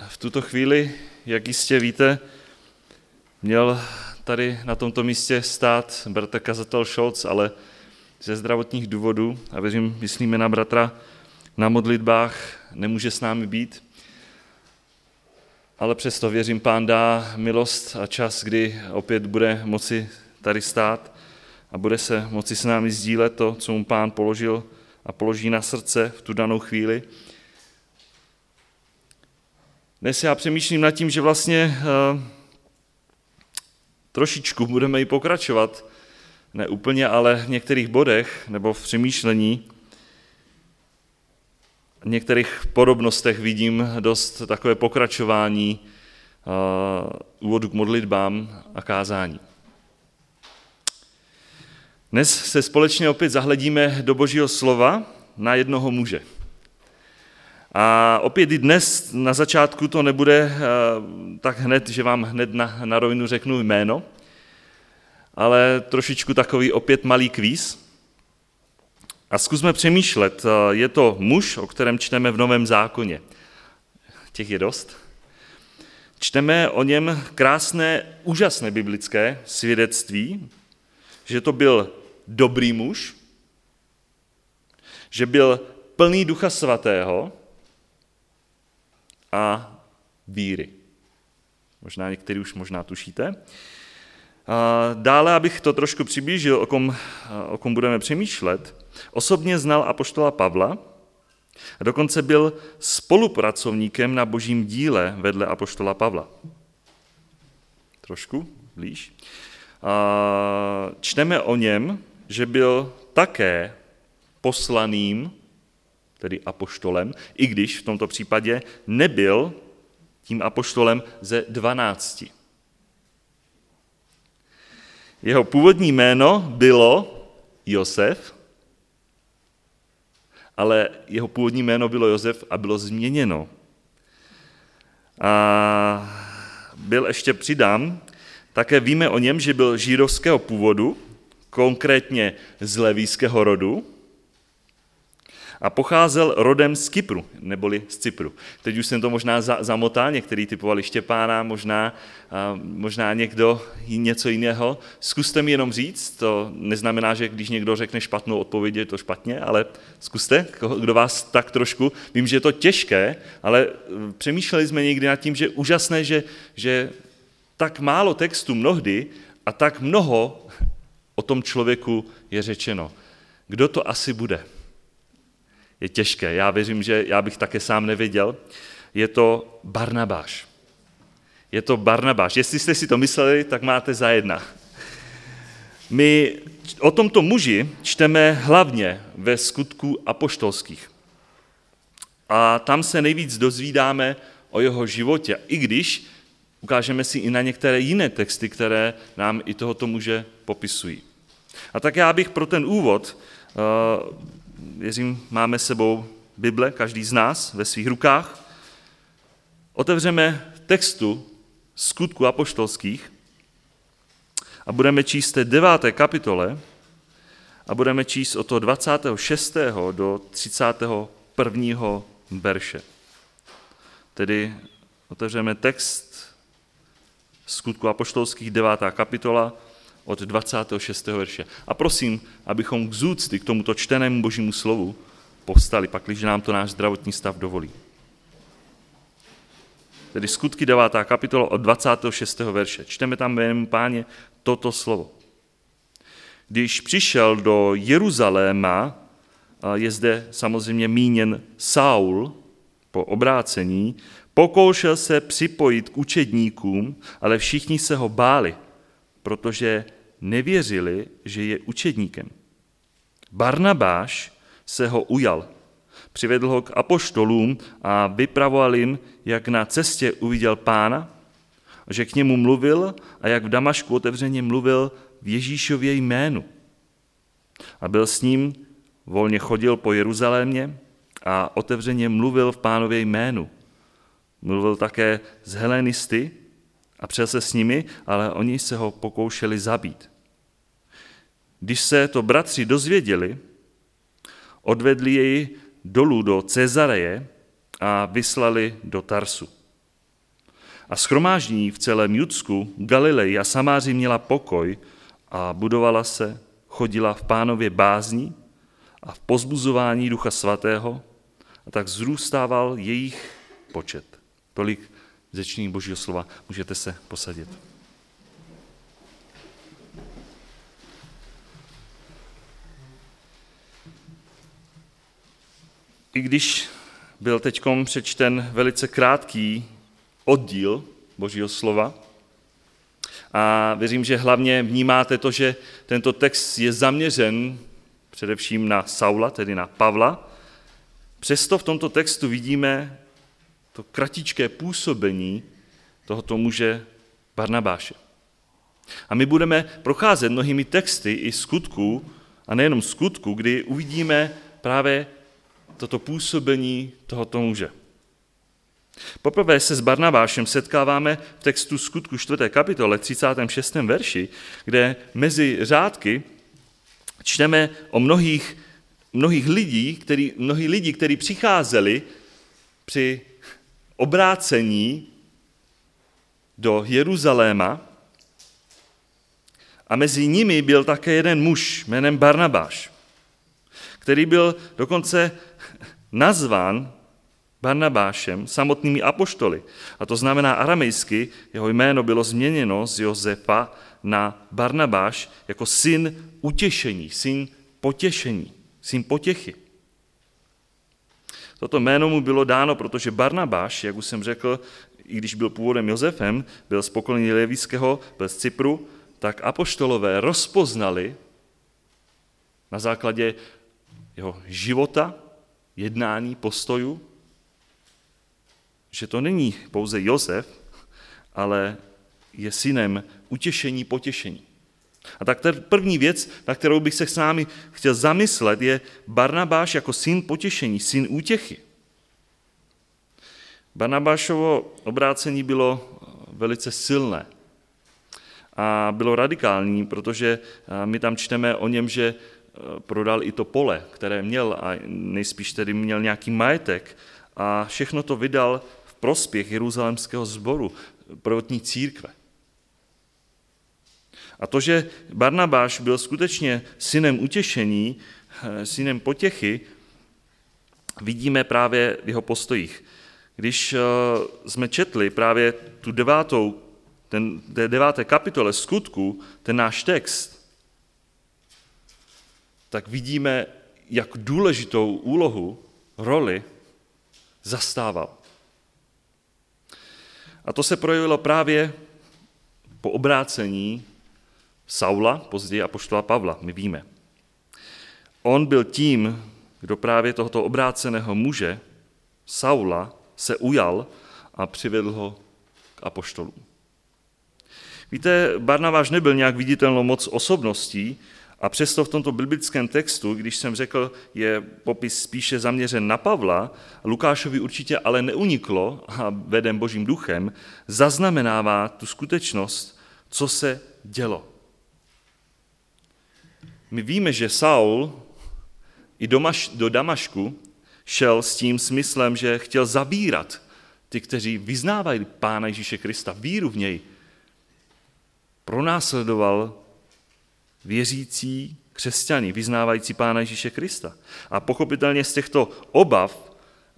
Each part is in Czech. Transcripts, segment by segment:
v tuto chvíli, jak jistě víte, měl tady na tomto místě stát bratr kazatel Scholz, ale ze zdravotních důvodů, a věřím, myslíme na bratra, na modlitbách nemůže s námi být. Ale přesto věřím, Pán dá milost a čas, kdy opět bude moci tady stát a bude se moci s námi sdílet to, co mu Pán položil a položí na srdce v tu danou chvíli. Dnes já přemýšlím nad tím, že vlastně trošičku budeme i pokračovat, ne úplně, ale v některých bodech nebo v přemýšlení, v některých podobnostech vidím dost takové pokračování úvodu k modlitbám a kázání. Dnes se společně opět zahledíme do Božího slova na jednoho muže. A opět i dnes na začátku to nebude tak hned, že vám hned na rovinu řeknu jméno, ale trošičku takový opět malý kvíz. A zkusme přemýšlet, je to muž, o kterém čteme v Novém zákoně. Těch je dost. Čteme o něm krásné, úžasné biblické svědectví, že to byl dobrý muž, že byl plný Ducha Svatého a víry. Možná některý už možná tušíte. Dále, abych to trošku přiblížil, o kom budeme přemýšlet, osobně znal apoštola Pavla a dokonce byl spolupracovníkem na Božím díle vedle apoštola Pavla. Trošku blíž. Čteme o něm, že byl také poslaným, tedy apoštolem, i když v tomto případě nebyl tím apoštolem ze 12. Jeho původní jméno bylo Josef, ale jeho původní jméno bylo Josef a bylo změněno. A byl ještě přidán, také víme o něm, že byl židovského původu, konkrétně z levíského rodu, a pocházel rodem z Kypru, neboli z Cypru. Teď už jsem to možná zamotal, některý typovali Štěpána, možná někdo něco jiného. Zkuste mi jenom říct, to neznamená, že když někdo řekne špatnou odpověď, je to špatně, ale zkuste, kdo vás tak trošku, vím, že je to těžké, ale přemýšleli jsme někdy nad tím, že je úžasné, že tak málo textu mnohdy a tak mnoho o tom člověku je řečeno. Kdo to asi bude? Je těžké. Já věřím, že já bych také sám nevěděl. Je to Barnabáš. Je to Barnabáš. Jestli jste si to mysleli, tak máte za jedna. My o tomto muži čteme hlavně ve Skutku apoštolských. A tam se nejvíc dozvídáme o jeho životě, i když ukážeme si i na některé jiné texty, které nám i tohoto muže popisují. A tak já bych pro ten úvod, věřím, máme s sebou Bible, každý z nás ve svých rukách, otevřeme textu Skutku apoštolských a budeme číst té 9. kapitole a budeme číst od toho 26. do 31. verše. Tedy otevřeme text Skutku apoštolských 9. kapitola od 26. verše. A prosím, abychom z úcty k tomuto čtenému Božímu slovu povstali, pakliže nám to náš zdravotní stav dovolí. Tedy Skutky 9. kapitola od 26. verše. Čteme tam jménem Páně toto slovo. Když přišel do Jeruzaléma, je zde samozřejmě míněn Saul po obrácení, pokoušel se připojit k učedníkům, ale všichni se ho báli, protože nevěřili, že je učedníkem. Barnabáš se ho ujal, přivedl ho k apoštolům a vypravoval jim, jak na cestě uviděl Pána, že k němu mluvil a jak v Damašku otevřeně mluvil v Ježíšově jménu. A byl s ním, volně chodil po Jeruzalémě a otevřeně mluvil v Pánově jménu. Mluvil také s Helenisty a přel se s nimi, ale oni se ho pokoušeli zabít. Když se to bratři dozvěděli, odvedli jej dolů do Cezareje a vyslali do Tarsu. A shromáždění v celém Judsku, Galileji a Samáři měla pokoj a budovala se, chodila v Pánově bázni a v pozbuzování Ducha Svatého a tak vzrůstával jejich počet. Tolik ze čtení Božího slova. Můžete se posadit. I když byl teďkom přečten velice krátký oddíl Božího slova, a věřím, že hlavně vnímáte to, že tento text je zaměřen především na Saula, tedy na Pavla, přesto v tomto textu vidíme to kratičké působení tohoto muže Barnabáše. A my budeme procházet mnohými texty i skutků, a nejenom skutků, kdy uvidíme právě toto působení tohoto muže. Poprvé se s Barnabášem setkáváme v textu skutku 4. kapitole 36. verši, kde mezi řádky čteme o mnohých lidí, kteří přicházeli při obrácení do Jeruzaléma a mezi nimi byl také jeden muž jménem Barnabáš, který byl dokonce nazván Barnabášem samotnými apoštoly. A to znamená aramejsky, jeho jméno bylo změněno z Josefa na Barnabáš jako syn utěšení, syn potěšení, syn potěchy. Toto jméno mu bylo dáno, protože Barnabáš, jak už jsem řekl, i když byl původem Josefem, byl z pokolení Levického, byl z Cypru, tak apoštolové rozpoznali na základě jeho života, jednání, postojů, že to není pouze Josef, ale je synem utěšení, potěšení. A tak první věc, na kterou bych se s námi chtěl zamyslet, je Barnabáš jako syn potěšení, syn útěchy. Barnabášovo obrácení bylo velice silné a bylo radikální, protože my tam čteme o něm, že prodal i to pole, které měl a nejspíš tedy měl nějaký majetek a všechno to vydal v prospěch jeruzalémského sboru, prvotní církve. A to, že Barnabáš byl skutečně synem utěšení, synem potěchy, vidíme právě v jeho postojích. Když jsme četli právě tu 9. kapitole Skutků, ten náš text, tak vidíme, jak důležitou úlohu, roli zastával. A to se projevilo právě po obrácení Saula, později apoštola Pavla, my víme. On byl tím, kdo právě tohoto obráceného muže, Saula, se ujal a přivedl ho k apoštolům. Víte, Barnabáš nebyl nějak viditelnou moc osobností a přesto v tomto biblickém textu, když jsem řekl, je popis spíše zaměřen na Pavla, Lukášovi určitě ale neuniklo a veden Božím duchem, zaznamenává tu skutečnost, co se dělo. My víme, že Saul i do Damašku šel s tím smyslem, že chtěl zabírat ty, kteří vyznávají Pána Ježíše Krista, víru v něj. Pronásledoval věřící křesťany, vyznávající Pána Ježíše Krista. A pochopitelně z těchto obav,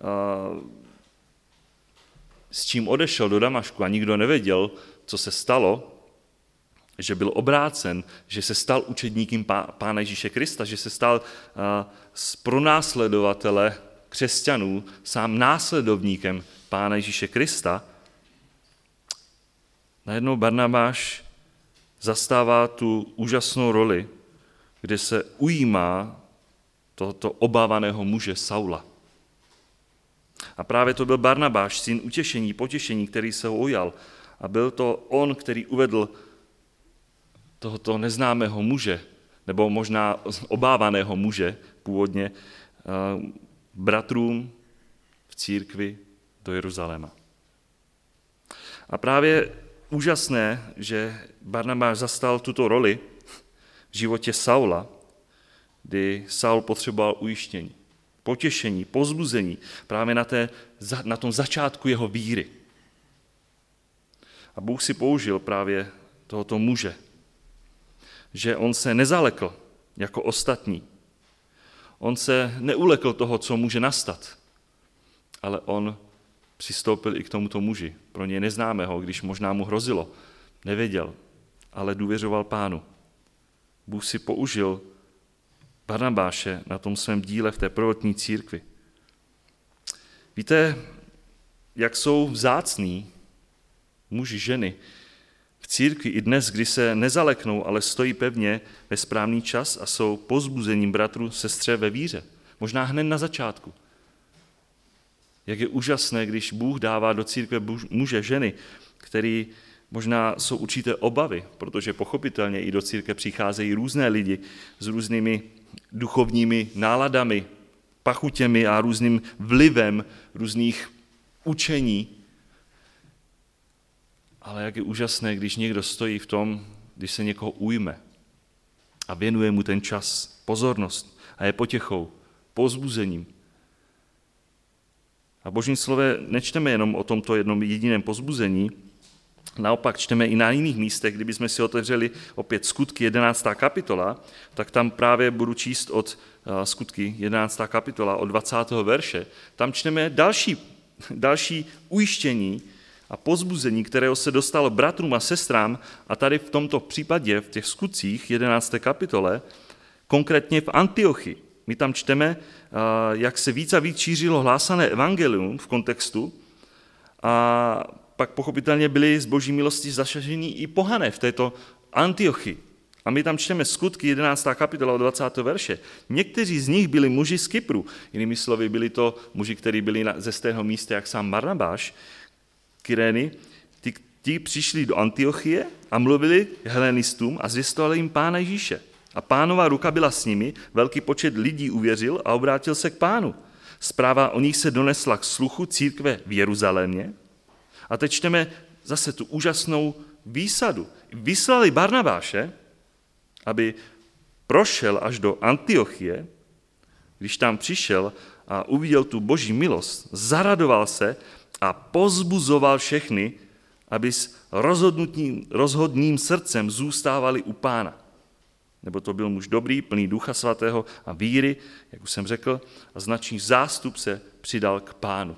s čím odešel do Damašku a nikdo nevěděl, co se stalo, že byl obrácen, že se stal učedníkem Pána Ježíše Krista, že se stal z pronásledovatele křesťanů sám následovníkem Pána Ježíše Krista, najednou Barnabáš zastává tu úžasnou roli, kde se ujímá tohoto obávaného muže Saula. A právě to byl Barnabáš, syn utěšení, potěšení, který se ho ujal. A byl to on, který uvedl tohoto neznámého muže, nebo možná obávaného muže původně, bratrům v církvi do Jeruzaléma. A právě úžasné, že Barnabáš zastal tuto roli v životě Saula, kdy Saul potřeboval ujištění, potěšení, povzbuzení právě na tom začátku jeho víry. A Bůh si použil právě tohoto muže, že on se nezalekl jako ostatní. On se neulekl toho, co může nastat, ale on přistoupil i k tomuto muži. Pro něj neznámého, když možná mu hrozilo. Nevěděl, ale důvěřoval Pánu. Bůh si použil Barnabáše na tom svém díle v té prvotní církvi. Víte, jak jsou vzácní muži, ženy v církvi i dnes, kdy se nezaleknou, ale stojí pevně ve správný čas a jsou povzbuzením bratru, sestře ve víře. Možná hned na začátku. Jak je úžasné, když Bůh dává do církve muže, ženy, který možná jsou určité obavy, protože pochopitelně i do církve přicházejí různé lidi s různými duchovními náladami, pachutěmi a různým vlivem různých učení. Ale jak je úžasné, když někdo stojí v tom, když se někoho ujme a věnuje mu ten čas, pozornost a je potěchou, povzbuzením. A v Božím slově nečteme jenom o tomto jednom jediném povzbuzení, naopak čteme i na jiných místech. Kdybychom si otevřeli opět Skutky 11. kapitola, tak tam právě budu číst od Skutky 11. kapitola od 20. verše. Tam čteme další ujištění a povzbuzení, kterého se dostalo bratrům a sestrám, a tady v tomto případě v těch Skutcích 11. kapitole, konkrétně v Antiochii. My tam čteme, jak se víc a víc šířilo hlásané evangelium v kontextu, a pak pochopitelně byli z Boží milosti zasaženi i pohané v této Antiochii. A my tam čteme Skutky 11. kapitola od 20. verše. Někteří z nich byli muži z Kypru, jinými slovy byli to muži, kteří byli ze stejného místa, jak sám Barnabáš, Kyrény. Ti přišli do Antiochie a mluvili helenistům a zvěstovali jim Pána Ježíše. A Pánova ruka byla s nimi, velký počet lidí uvěřil a obrátil se k Pánu. Zpráva o nich se donesla k sluchu církve v Jeruzalémě. A teď čteme zase tu úžasnou výsadu. Vyslali Barnabáše, aby prošel až do Antiochie. Když tam přišel a uviděl tu Boží milost, zaradoval se a pozbuzoval všechny, aby s rozhodným srdcem zůstávali u Pána. Nebo to byl muž dobrý, plný Ducha svatého a víry, jak už jsem řekl, a značný zástup se přidal k Pánu.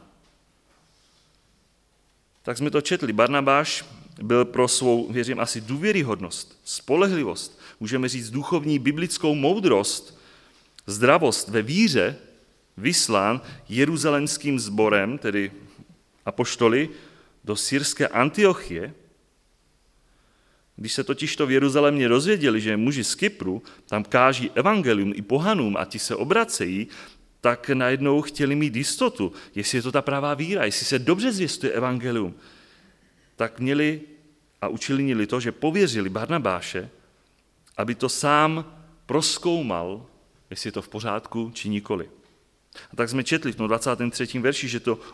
Tak jsme to četli. Barnabáš byl pro svou, věřím, asi důvěryhodnost, spolehlivost, můžeme říct duchovní biblickou moudrost, zdravost ve víře, vyslán jeruzalémským sborem, tedy apoštoly, do syrské Antiochie. Když se totiž v Jeruzalémě dozvěděli, že muži z Kypru tam káží evangelium i pohanům a ti se obracejí, tak najednou chtěli mít jistotu, jestli je to ta pravá víra, jestli se dobře zvěstuje evangelium. Tak měli a učinili to, že pověřili Barnabáše, aby to sám prozkoumal, jestli je to v pořádku či nikoli. A tak jsme četli v tom 23. verši, že to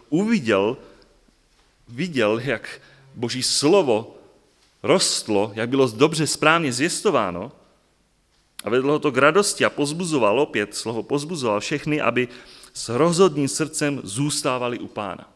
viděl, jak Boží slovo rostlo, jak bylo dobře správně zvěstováno, a vedlo ho to k radosti a pozbuzoval, opět slovo pozbuzoval všechny, aby s rozhodným srdcem zůstávali u Pána.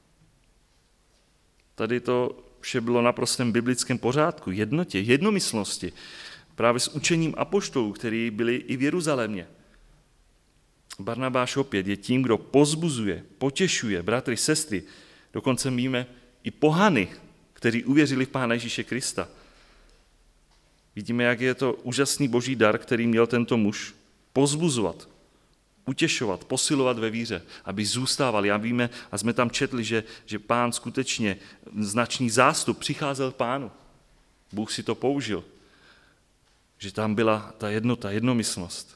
Tady to vše bylo na prostém biblickém pořádku, jednotě, jednomyslnosti, právě s učením apoštolů, kteří byli i v Jeruzalémě. Barnabáš opět je tím, kdo pozbuzuje, potěšuje bratry, sestry, dokonce víme i pohany, kteří uvěřili v Pána Ježíše Krista. Vidíme, jak je to úžasný boží dar, který měl tento muž pozbuzovat, utěšovat, posilovat ve víře, aby zůstávali. A víme, a jsme tam četli, že Pán skutečně značný zástup přicházel k Pánu. Bůh si to použil, že tam byla ta jednota, jednomyslnost.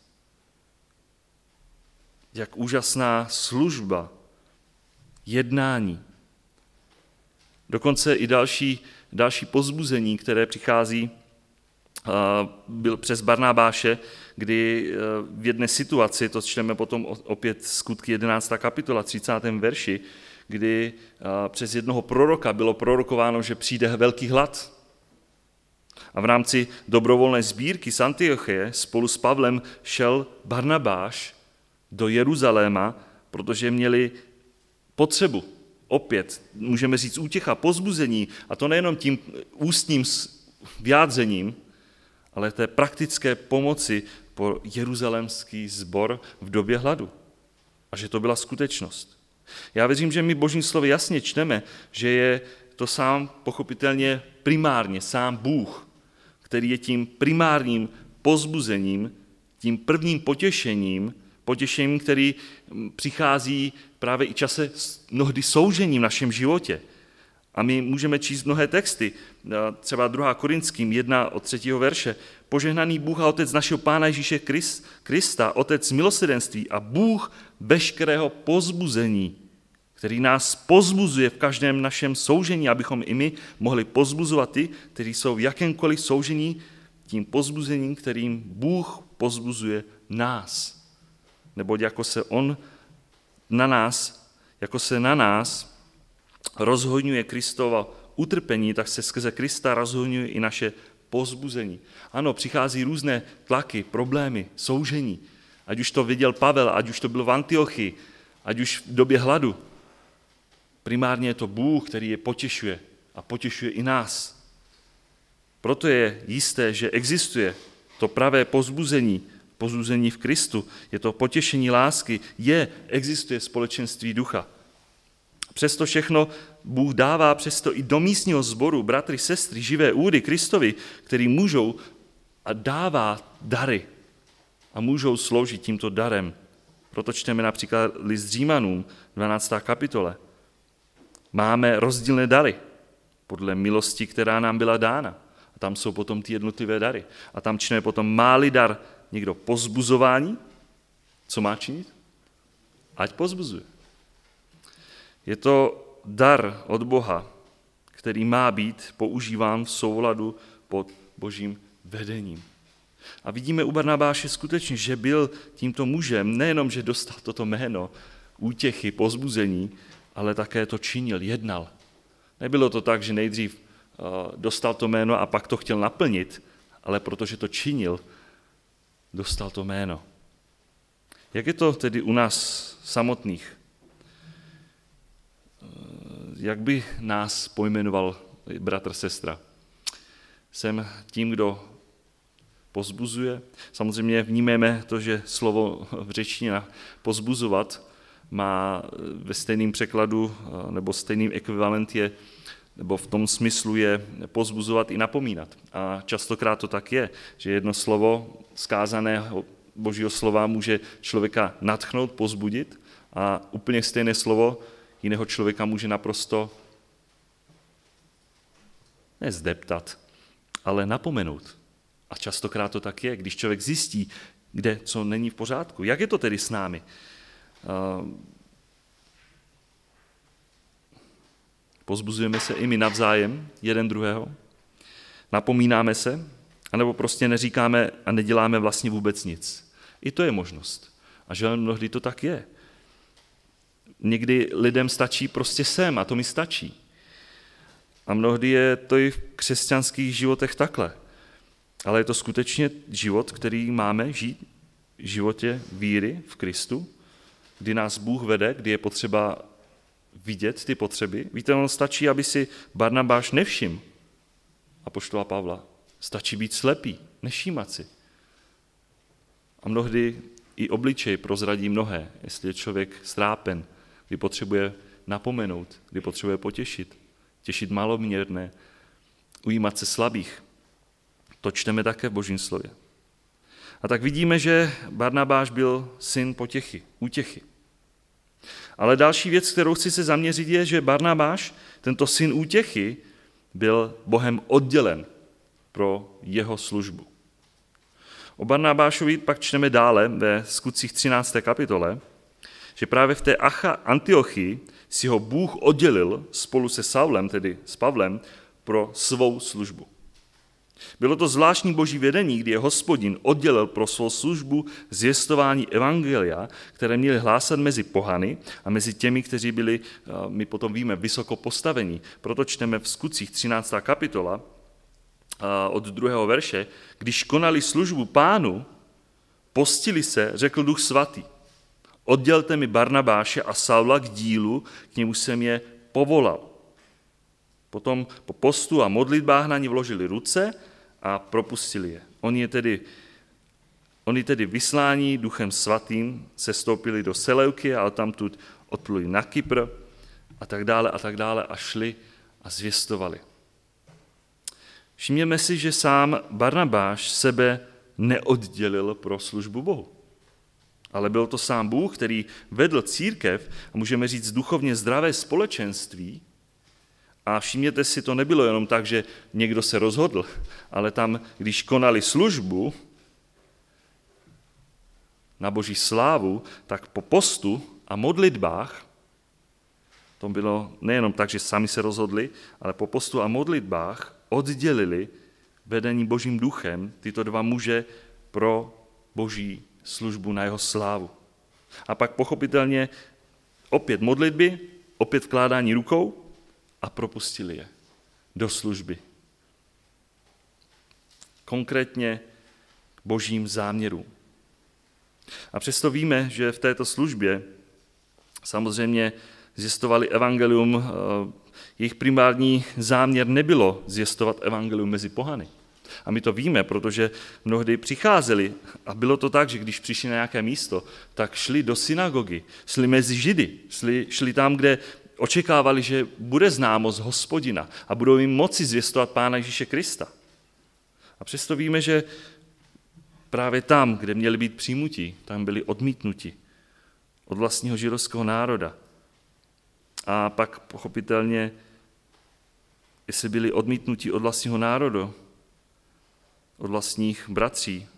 Jak úžasná služba, jednání. Dokonce i další pozbuzení, které přichází, byl přes Barnabáše, kdy v jedné situaci, to čteme potom opět Skutky 11. kapitola, 30. verši, kdy přes jednoho proroka bylo prorokováno, že přijde velký hlad. A v rámci dobrovolné sbírky z Antiochie spolu s Pavlem šel Barnabáš do Jeruzaléma, protože měli potřebu opět můžeme říct útěcha, povzbuzení, a to nejenom tím ústním vyjádřením, ale té praktické pomoci pro jeruzalémský sbor v době hladu. A že to byla skutečnost. Já věřím, že my Božím slovy jasně čteme, že je to sám pochopitelně primárně, sám Bůh, který je tím primárním povzbuzením, tím prvním potěšením, který přichází právě i čase mnohdy soužením v našem životě. A my můžeme číst mnohé texty, třeba 2. Korinským 1 od 3. verše. Požehnaný Bůh a Otec našeho Pána Ježíše Krista, Otec milosrdenství a Bůh veškerého povzbuzení, který nás povzbuzuje v každém našem soužení, abychom i my mohli povzbuzovat ty, kteří jsou v jakémkoliv soužení, tím povzbuzením, kterým Bůh povzbuzuje nás. Neboť jako se na nás rozhodňuje Kristova utrpení, tak se skrze Krista rozhodňuje i naše povzbuzení. Ano, přichází různé tlaky, problémy, soužení. Ať už to viděl Pavel, ať už to bylo v Antiochii, ať už v době hladu. Primárně je to Bůh, který je potěšuje a potěšuje i nás. Proto je jisté, že existuje to pravé povzbuzení v Kristu, je to potěšení lásky, existuje společenství ducha. Přesto všechno Bůh dává přesto i do místního sboru bratry, sestry, živé údy Kristovi, který můžou a dává dary a můžou sloužit tímto darem. Proto čteme například list Římanům, 12. kapitole. Máme rozdílné dary podle milosti, která nám byla dána. A tam jsou potom ty jednotlivé dary. A tam čteme potom, má-li dar někdo povzbuzování, co má činit? Ať povzbuzuje. Je to dar od Boha, který má být používán v souladu pod Božím vedením. A vidíme u Barnabáše skutečně, že byl tímto mužem, nejenom, že dostal toto jméno útěchy, povzbuzení, ale také to činil, jednal. Nebylo to tak, že nejdřív dostal to jméno a pak to chtěl naplnit, ale protože to činil, dostal to jméno. Jak je to tedy u nás samotných? Jak by nás pojmenoval bratr, sestra? Jsem tím, kdo povzbuzuje. Samozřejmě vnímáme to, že slovo v řečtině povzbuzovat má ve stejném překladu nebo stejným ekvivalent je, nebo v tom smyslu je povzbuzovat i napomínat. A častokrát to tak je, že jedno slovo zkázaného Božího slova může člověka nadchnout, povzbudit a úplně stejné slovo jiného člověka může naprosto nezdeptat, ale napomenout. A častokrát to tak je, když člověk zjistí, kde co není v pořádku. Jak je to tedy s námi? Povzbuzujeme se i my navzájem, jeden druhého? Napomínáme se? Anebo prostě neříkáme a neděláme vlastně vůbec nic? I to je možnost. A že mnohdy to tak je. Někdy lidem stačí prostě sem a to mi stačí. A mnohdy je to i v křesťanských životech takhle. Ale je to skutečně život, který máme žít v životě víry v Kristu, kdy nás Bůh vede, kdy je potřeba vidět ty potřeby. Víte, ono stačí, aby si Barnabáš nevšiml apoštola Pavla. Stačí být slepý, nevšímat si. A mnohdy i obličej prozradí mnohé, jestli je člověk strápen, kdy potřebuje napomenout, kdy potřebuje potěšit, těšit maloměrné, ujímat se slabých. To čteme také v Božím slově. A tak vidíme, že Barnabáš byl syn potěchy, útěchy. Ale další věc, kterou chci se zaměřit, je, že Barnabáš, tento syn útěchy, byl Bohem oddělen pro jeho službu. O Barnabášovi pak čteme dále ve Skutcích 13. kapitole, že právě v té Antiochii si ho Bůh oddělil spolu se Saulem, tedy s Pavlem, pro svou službu. Bylo to zvláštní boží vedení, kdy je Hospodin oddělil pro svou službu zvěstování evangelia, které měli hlásat mezi pohany a mezi těmi, kteří byli, my potom víme, vysoko postavení. Proto čteme v Skutcích 13. kapitola od 2. verše, když konali službu Pánu, postili se, řekl Duch Svatý, oddělte mi Barnabáše a Saula k dílu, k němu jsem je povolal. Potom po postu a modlitbách na ně vložili ruce a propustili je. Oni tedy vyslání Duchem Svatým sestoupili do Seleuky a odtamtud odpluli na Kypr a tak dále a šli a zvěstovali. Všimněme si, že sám Barnabáš sebe neoddělil pro službu Bohu. Ale byl to sám Bůh, který vedl církev a můžeme říct duchovně zdravé společenství. A všimněte si, to nebylo jenom tak, že někdo se rozhodl, ale tam, když konali službu na Boží slávu, tak po postu a modlitbách, to bylo nejenom tak, že sami se rozhodli, ale po postu a modlitbách oddělili vedení Božím duchem tyto dva muže pro Boží službu na jeho slávu. A pak pochopitelně opět modlitby, opět vkládání rukou a propustili je do služby. Konkrétně k Božím záměrům. A přesto víme, že v této službě samozřejmě zjistovali evangelium. Jejich primární záměr nebylo zjistovat evangelium mezi pohany. A my to víme, protože mnohdy přicházeli a bylo to tak, že když přišli na nějaké místo, tak šli do synagogy, šli mezi Židy, šli tam, kde očekávali, že bude známost Hospodina a budou jim moci zvěstovat Pána Ježíše Krista. A přesto víme, že právě tam, kde měli být přijmutí, tam byli odmítnuti od vlastního židovského národa. A pak pochopitelně, jestli byli odmítnuti od vlastního národa, od vlastních bratří,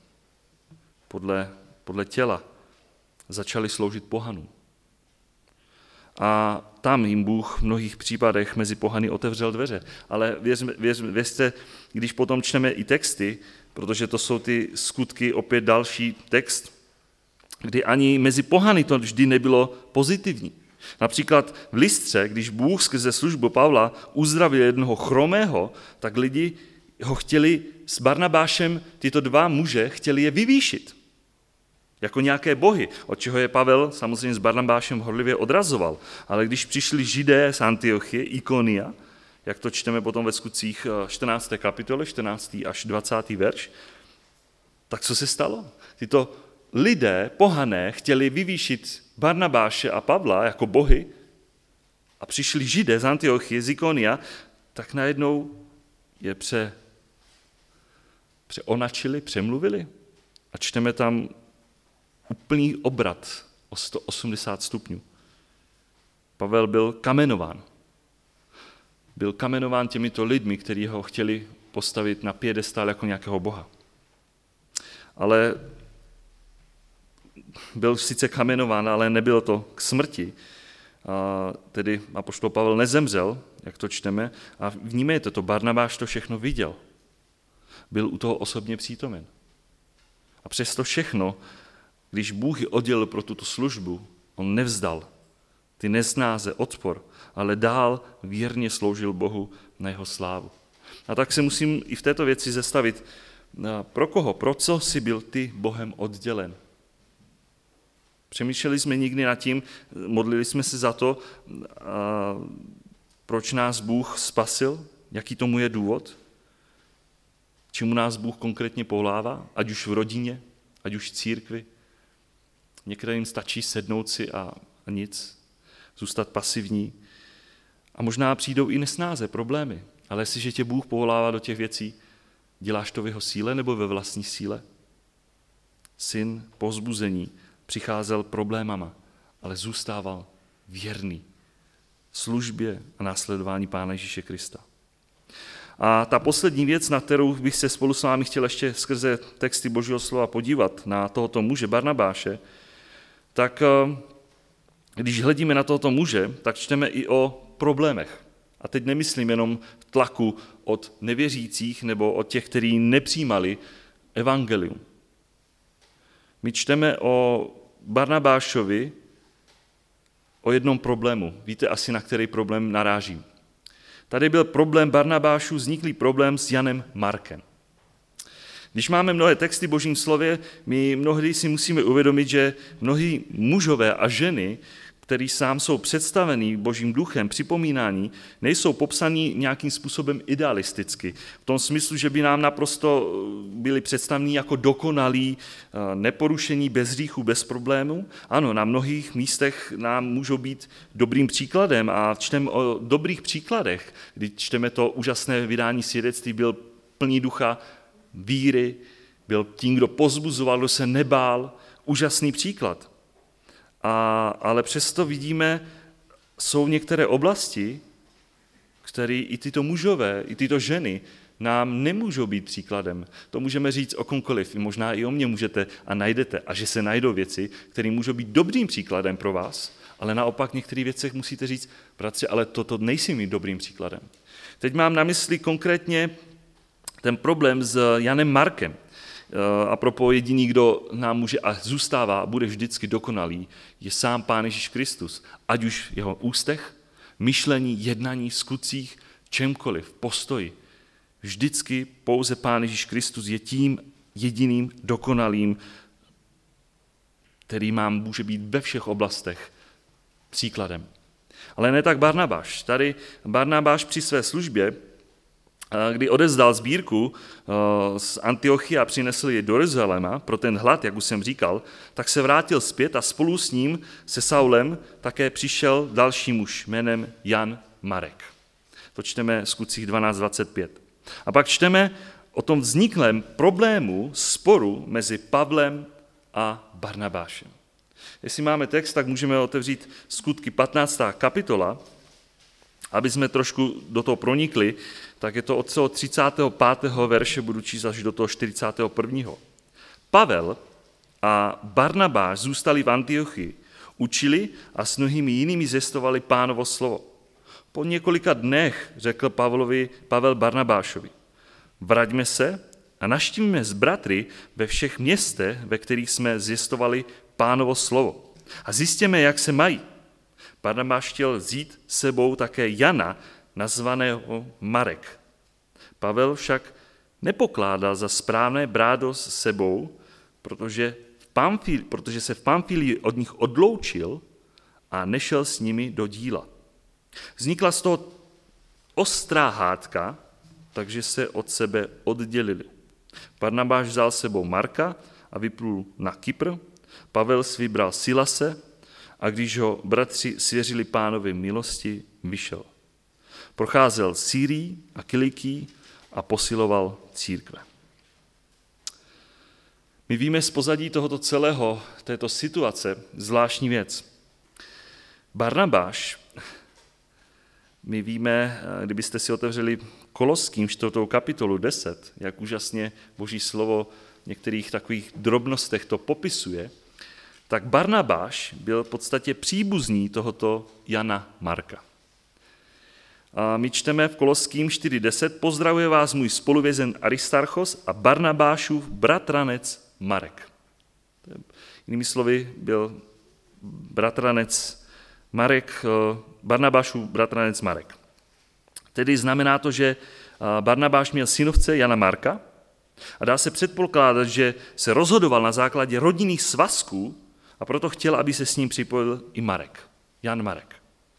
podle těla, začali sloužit pohanům. A tam jim Bůh v mnohých případech mezi pohany otevřel dveře. Ale věřte, když potom čteme i texty, protože to jsou ty skutky, opět další text, kdy ani mezi pohany to vždy nebylo pozitivní. Například v Lystře, když Bůh skrze službu Pavla uzdravil jednoho chromého, tak lidi ho chtěli s Barnabášem, tyto dva muže, chtěli je vyvýšit. Jako nějaké bohy, od čeho je Pavel samozřejmě s Barnabášem horlivě odrazoval. Ale když přišli Židé z Antiochie, Ikonia, jak to čteme potom ve skutcích 14. kapitole, 14. až 20. verš, tak co se stalo? Tyto lidé, pohané, chtěli vyvýšit Barnabáše a Pavla jako bohy a přišli Židé z Antiochie, z Ikonia, tak najednou je přeonačili, přemluvili a čteme tam úplný obrat o 180 stupňů. Pavel byl kamenován. Byl kamenován těmito lidmi, kteří ho chtěli postavit na piedestál jako nějakého boha. Ale byl sice kamenován, ale nebylo to k smrti. A tedy apoštol Pavel nezemřel, jak to čteme, a vnímejte to, Barnabáš to všechno viděl. Byl u toho osobně přítomen. A přesto všechno, když Bůh ji oddělil pro tuto službu, on nevzdal ty nesnáze, odpor, ale dál věrně sloužil Bohu na jeho slávu. A tak se musím i v této věci zastavit. Pro koho? Pro co jsi byl ty Bohem oddělen? Přemýšleli jsme někdy nad tím, modlili jsme se za to, proč nás Bůh spasil, jaký tomu je důvod, čemu nás Bůh konkrétně povolává, ať už v rodině, ať už v církvi. Některým stačí sednout si a nic, zůstat pasivní. A možná přijdou i nesnáze, problémy. Ale jestliže tě Bůh povolává do těch věcí, děláš to v jeho síle nebo ve vlastní síle? Syn povzbuzení přicházel problémama, ale zůstával věrný službě a následování Pána Ježíše Krista. A ta poslední věc, na kterou bych se spolu s vámi chtěl ještě skrze texty Božího slova podívat na tohoto muže Barnabáše, tak když hledíme na tohoto muže, tak čteme i o problémech. A teď nemyslím jenom tlaku od nevěřících nebo od těch, kteří nepřijímali evangelium. My čteme o Barnabášovi o jednom problému. Víte asi, na který problém narážím. Tady byl problém Barnabášu, vzniklý problém s Janem Markem. Když máme mnohé texty v Božím slově, my mnohdy si musíme uvědomit, že mnohí mužové a ženy, který sám jsou představený Božím duchem, připomínání, nejsou popsaný nějakým způsobem idealisticky. V tom smyslu, že by nám naprosto byli představení jako dokonalí, neporušení, bez hříchu, bez problémů. Ano, na mnohých místech nám můžou být dobrým příkladem a čteme o dobrých příkladech. Když čteme to úžasné vydání svědectví, byl plný ducha víry, byl tím, kdo pozbuzoval, kdo se nebál, úžasný příklad. Ale přesto vidíme, jsou některé oblasti, které i tyto mužové, i tyto ženy nám nemůžou být příkladem. To můžeme říct o komkoliv, možná i o mně můžete a najdete, a že se najdou věci, které můžou být dobrým příkladem pro vás, ale naopak v některých věcech musíte říct, bratře, ale toto nejsi mít dobrým příkladem. Teď mám na mysli konkrétně ten problém s Janem Markem. A propos jediný, kdo nám může a zůstává a bude vždycky dokonalý, je sám Pán Ježíš Kristus. Ať už v jeho ústech, myšlení, jednání, skutcích, čemkoliv, postoji. Vždycky pouze Pán Ježíš Kristus je tím jediným dokonalým, který nám může být ve všech oblastech příkladem. Ale ne tak Barnabáš. Tady Barnabáš při své službě, kdy odezdal sbírku z Antiochie a přinesl ji do Jeruzaléma pro ten hlad, jak už jsem říkal, tak se vrátil zpět a spolu s ním, se Saulem, také přišel další muž jménem Jan Marek. To čteme v Skutcích 12:25. A pak čteme o tom vzniklém problému, sporu mezi Pavlem a Barnabášem. Jestli máme text, tak můžeme otevřít Skutky 15. kapitola, aby jsme trošku do toho pronikli, tak je to od celého 35. verše, budu číst až do toho 41. Pavel a Barnabáš zůstali v Antiochii, učili a s mnohými jinými zvěstovali Pánovo slovo. Po několika dnech řekl Pavel Barnabášovi, vraťme se a navštívíme s bratry ve všech městech, ve kterých jsme zvěstovali Pánovo slovo. A zjistěme, jak se mají. Barnabáš chtěl vzít sebou také Jana, nazvaného Marek. Pavel však nepokládal za správné brát ho s sebou, protože se v Pamfílii od nich odloučil a nešel s nimi do díla. Vznikla z toho ostrá hádka, takže se od sebe oddělili. Barnabáš vzal sebou Marka a vyplul na Kypr, Pavel si vybral Silase a když ho bratři svěřili Pánovi milosti, vyšel. Procházel Sýrií a Kilikii a posiloval církve. My víme z pozadí této situace zvláštní věc. Barnabáš, my víme, kdybyste si otevřeli Koloským 4. kapitolu 10, jak úžasně Boží slovo v některých takových drobnostech to popisuje, tak Barnabáš byl v podstatě příbuzný tohoto Jana Marka. A my čteme v Koloským 4.10, pozdravuje vás můj spoluvězen Aristarchos a Barnabášův bratranec Marek. Jinými slovy byl bratranec Marek, Barnabášův bratranec Marek. Tedy znamená to, že Barnabáš měl synovce Jana Marka a dá se předpokládat, že se rozhodoval na základě rodinných svazků a proto chtěl, aby se s ním připojil i Marek, Jan Marek.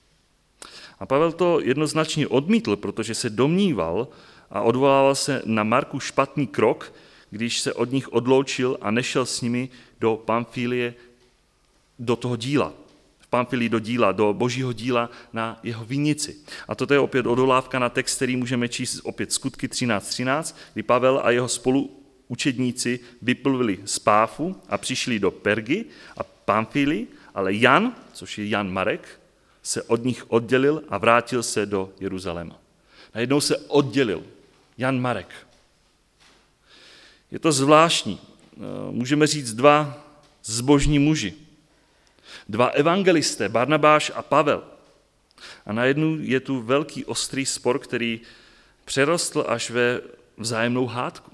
A Pavel to jednoznačně odmítl, protože se domníval a odvolával se na Marku špatný krok, když se od nich odloučil a nešel s nimi do Pamfílie, do toho díla. V Pamfílii do díla, do Božího díla na jeho vinici. A toto je opět odvolávka na text, který můžeme číst opět Skutky 13.13, kdy Pavel a jeho spoluučedníci vypluli z Páfu a přišli do Pergy a Pamfílii, ale Jan, což je Jan Marek, se od nich oddělil a vrátil se do Jeruzaléma. Najednou se oddělil Jan Marek. Je to zvláštní. Můžeme říct dva zbožní muži. Dva evangelisté, Barnabáš a Pavel. A najednou je tu velký ostrý spor, který přerostl až ve vzájemnou hádku.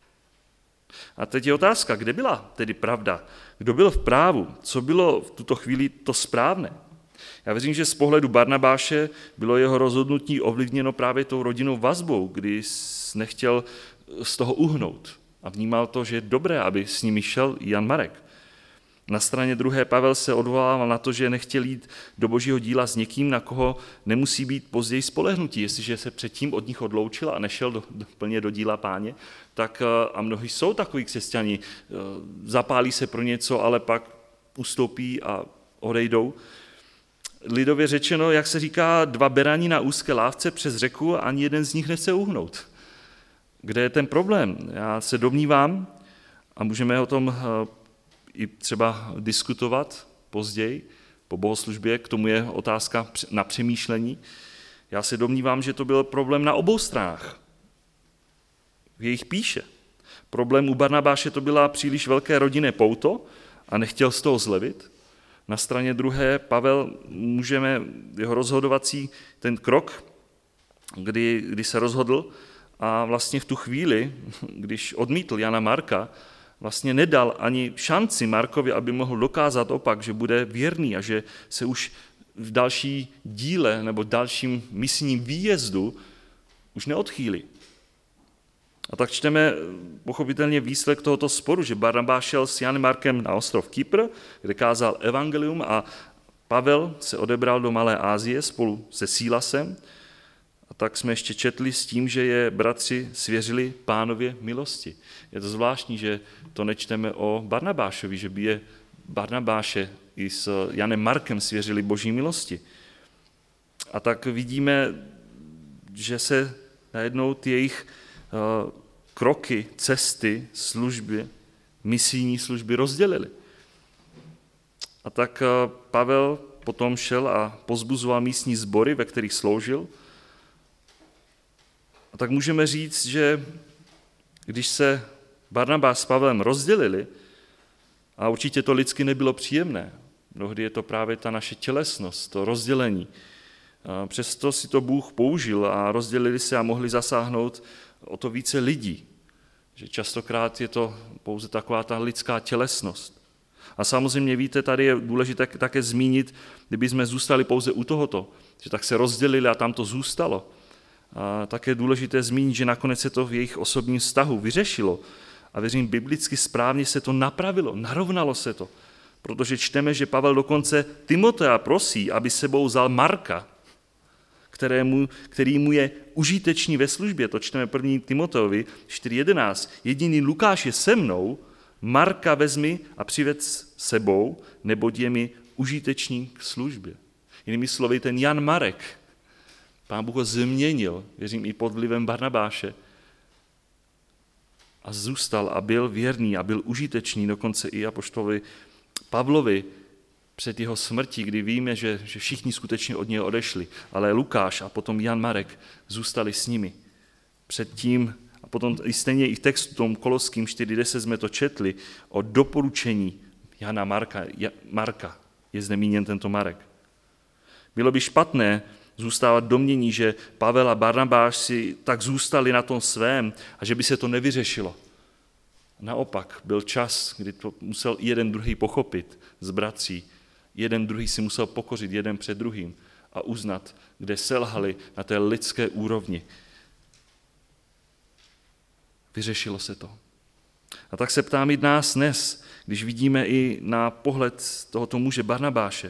A teď je otázka, kde byla tedy pravda? Kdo byl v právu? Co bylo v tuto chvíli to správné? Já věřím, že z pohledu Barnabáše bylo jeho rozhodnutí ovlivněno právě tou rodinnou vazbou, kdy nechtěl z toho uhnout a vnímal to, že je dobré, aby s nimi šel Jan Marek. Na straně druhé Pavel se odvolával na to, že nechtěl jít do božího díla s někým, na koho nemusí být později spolehnutí. Jestliže se předtím od nich odloučil a nešel plně do díla Páně, tak a mnohí jsou takoví křesťani, zapálí se pro něco, ale pak ustoupí a odejdou. Lidově řečeno, jak se říká, 2 berani na úzké lávce přes řeku a ani jeden z nich nechce uhnout. Kde je ten problém? Já se domnívám, a můžeme o tom i třeba diskutovat později, po bohoslužbě, k tomu je otázka na přemýšlení. Já se domnívám, že to byl problém na obou stranách. V jejich píše. Problém u Barnabáše to byla příliš velké rodinné pouto a nechtěl z toho zlevit. Na straně druhé Pavel, můžeme jeho rozhodovací ten krok, kdy se rozhodl a vlastně v tu chvíli, když odmítl Jana Marka, vlastně nedal ani šanci Markovi, aby mohl dokázat opak, že bude věrný a že se už v další díle nebo dalším misijním výjezdu už neodchýlí. A tak čteme pochopitelně výsledek tohoto sporu, že Barnabáš šel s Janem Markem na ostrov Kypr, kde kázal evangelium a Pavel se odebral do Malé Asie spolu se Sílasem. A tak jsme ještě četli s tím, že je bratři svěřili Pánově milosti. Je to zvláštní, že to nečteme o Barnabášovi, že by je Barnabáše i s Janem Markem svěřili boží milosti. A tak vidíme, že se najednou ty jejich kroky, cesty, služby, misijní služby rozdělily. A tak Pavel potom šel a pozbuzoval místní sbory, ve kterých sloužil. A tak můžeme říct, že když se Barnabáš s Pavlem rozdělili, a určitě to lidsky nebylo příjemné, mnohdy je to právě ta naše tělesnost, to rozdělení. Přesto si to Bůh použil a rozdělili se a mohli zasáhnout o to více lidí. Že častokrát je to pouze taková ta lidská tělesnost. A samozřejmě víte, tady je důležité také zmínit, kdyby jsme zůstali pouze u tohoto, že tak se rozdělili a tam to zůstalo. A také je důležité zmínit, že nakonec se to v jejich osobním vztahu vyřešilo. A věřím, biblicky správně se to napravilo, narovnalo se to. Protože čteme, že Pavel dokonce Timotea prosí, aby sebou vzal Marka, který mu je užitečný ve službě. To čteme 1. Timoteovi 4.11. Jediný Lukáš je se mnou, Marka vezmi a přived s sebou, neboť je mi užitečný k službě. Jinými slovy, ten Jan Marek, Pán Bůh ho změnil, věřím i pod vlivem Barnabáše, a zůstal a byl věrný a byl užitečný dokonce i apoštolovi Pavlovi před jeho smrtí, kdy víme, že všichni skutečně od něj odešli, ale Lukáš a potom Jan Marek zůstali s nimi. Předtím, a potom stejně i v textu tom Koloským 4.10 jsme to četli, o doporučení Jana Marka je zde míněn tento Marek. Bylo by špatné zůstávat domnění, že Pavel a Barnabáš si tak zůstali na tom svém a že by se to nevyřešilo. Naopak, byl čas, kdy to musel jeden druhý pochopit z bratří. Jeden druhý si musel pokořit jeden před druhým a uznat, kde selhali na té lidské úrovni. Vyřešilo se to. A tak se ptám i nás dnes, když vidíme i na pohled tohoto muže Barnabáše.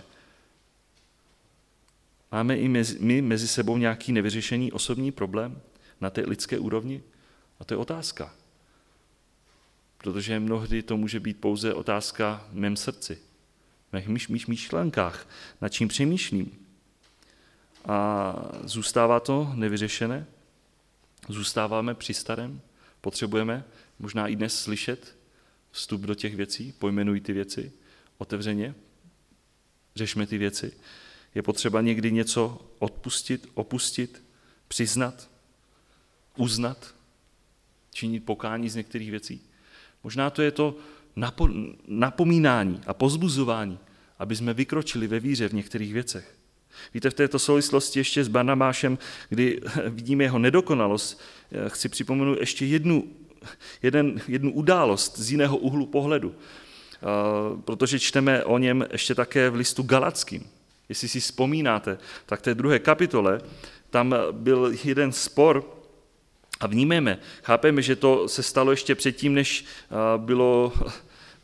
Máme i my mezi sebou nějaký nevyřešený osobní problém na té lidské úrovni? A to je otázka. Protože mnohdy to může být pouze otázka v mém srdci, v mých myšlenkách, nad čím přemýšlím. A zůstává to nevyřešené? Zůstáváme při starém? Potřebujeme možná i dnes slyšet vstup do těch věcí, pojmenuj ty věci otevřeně, řešme ty věci. Je potřeba někdy něco odpustit, opustit, přiznat, uznat, činit pokání z některých věcí. Možná to je to napomínání a pozbuzování, aby jsme vykročili ve víře v některých věcech. Víte, v této souvislosti ještě s Barnabášem, kdy vidíme jeho nedokonalost, chci připomenout ještě jednu událost z jiného úhlu pohledu, protože čteme o něm ještě také v listu Galackým. Jestli si vzpomínáte, tak v té 2. kapitole tam byl jeden spor a vnímeme, chápeme, že to se stalo ještě předtím, než bylo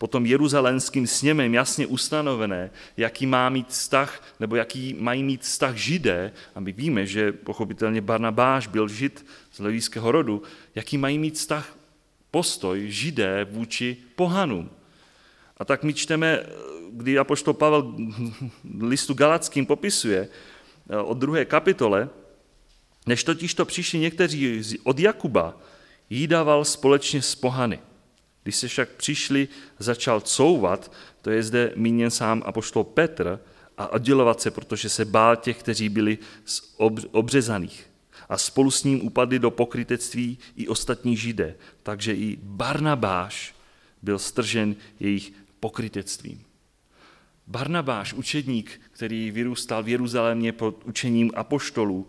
potom jeruzalémským sněmem jasně ustanovené, jaký má mít vztah, nebo jaký mají mít vztah Židé, a my víme, že pochopitelně Barnabáš byl Žid z levíského rodu, jaký mají mít vztah, postoj Židé vůči pohanům. A tak my čteme, kdy apoštol Pavel listu Galackým popisuje od 2. kapitole, než totiž to přišli někteří od Jakuba, jídával společně s pohany. Když se však přišli, začal couvat, to je zde míněn sám apoštol Petr, a oddělovat se, protože se bál těch, kteří byli z obřezaných. A spolu s ním upadli do pokrytectví i ostatní Židé, takže i Barnabáš byl stržen jejich pokrytectvím. Barnabáš, učedník, který vyrůstal v Jeruzalémě pod učením apoštolů,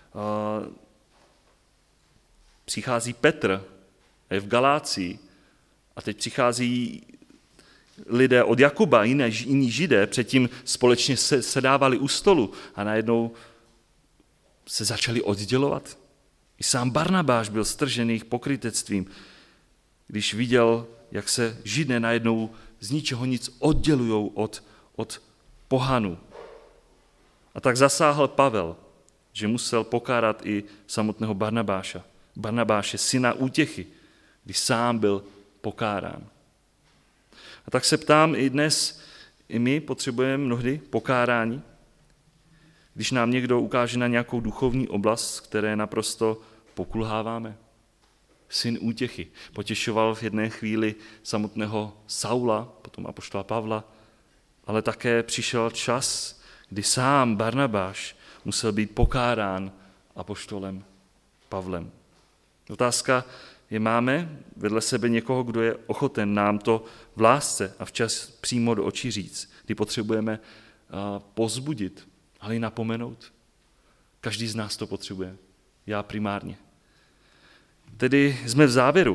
přichází Petr, je v Galácii, a teď přichází lidé od Jakuba, jiní Židé, předtím společně sedávali u stolu a najednou se začali oddělovat. I sám Barnabáš byl stržen jejich pokrytectvím, když viděl, jak se Židé najednou z ničeho nic oddělují od pohanů. A tak zasáhl Pavel, že musel pokárat i samotného Barnabáše, syna útěchy, když sám byl pokárán. A tak se ptám, i dnes i my potřebujeme mnohdy pokárání, když nám někdo ukáže na nějakou duchovní oblast, které naprosto pokulháváme. Syn útěchy potěšoval v jedné chvíli samotného Saula, potom apoštola Pavla, ale také přišel čas, kdy sám Barnabáš musel být pokárán apoštolem Pavlem. Otázka je, máme vedle sebe někoho, kdo je ochoten nám to v lásce a včas přímo do očí říct, kdy potřebujeme povzbudit, ale i napomenout. Každý z nás to potřebuje, já primárně. Tedy jsme v závěru.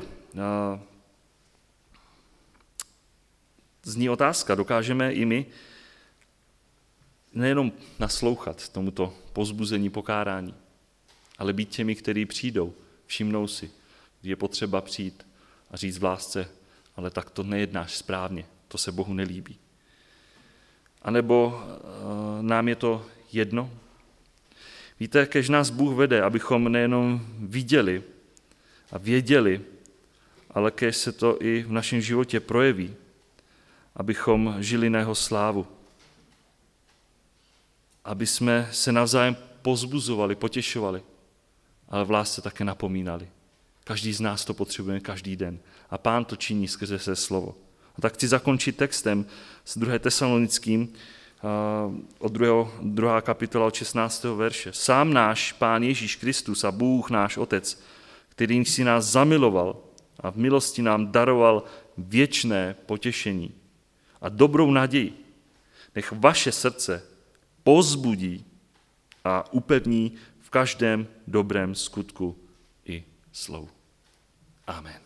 Zní otázka, dokážeme i my nejenom naslouchat tomuto povzbuzení, pokárání, ale být těmi, kteří přijdou, všimnou si, kdy je potřeba přijít a říct v lásce, ale tak to nejednáš správně, to se Bohu nelíbí. A nebo nám je to jedno? Víte, kež nás Bůh vede, abychom nejenom viděli a věděli, ale kež se to i v našem životě projeví, abychom žili na jeho slávu. Aby jsme se navzájem povzbuzovali, potěšovali, ale v lásce také napomínali. Každý z nás to potřebuje každý den. A Pán to činí skrze své slovo. A tak chci zakončit textem z 2. Tesalonickým, od 2. kapitola od 16. verše. Sám náš Pán Ježíš Kristus a Bůh náš Otec, který si nás zamiloval a v milosti nám daroval věčné potěšení a dobrou naději, nech vaše srdce povzbudí a upevní v každém dobrém skutku i slovu. Amen.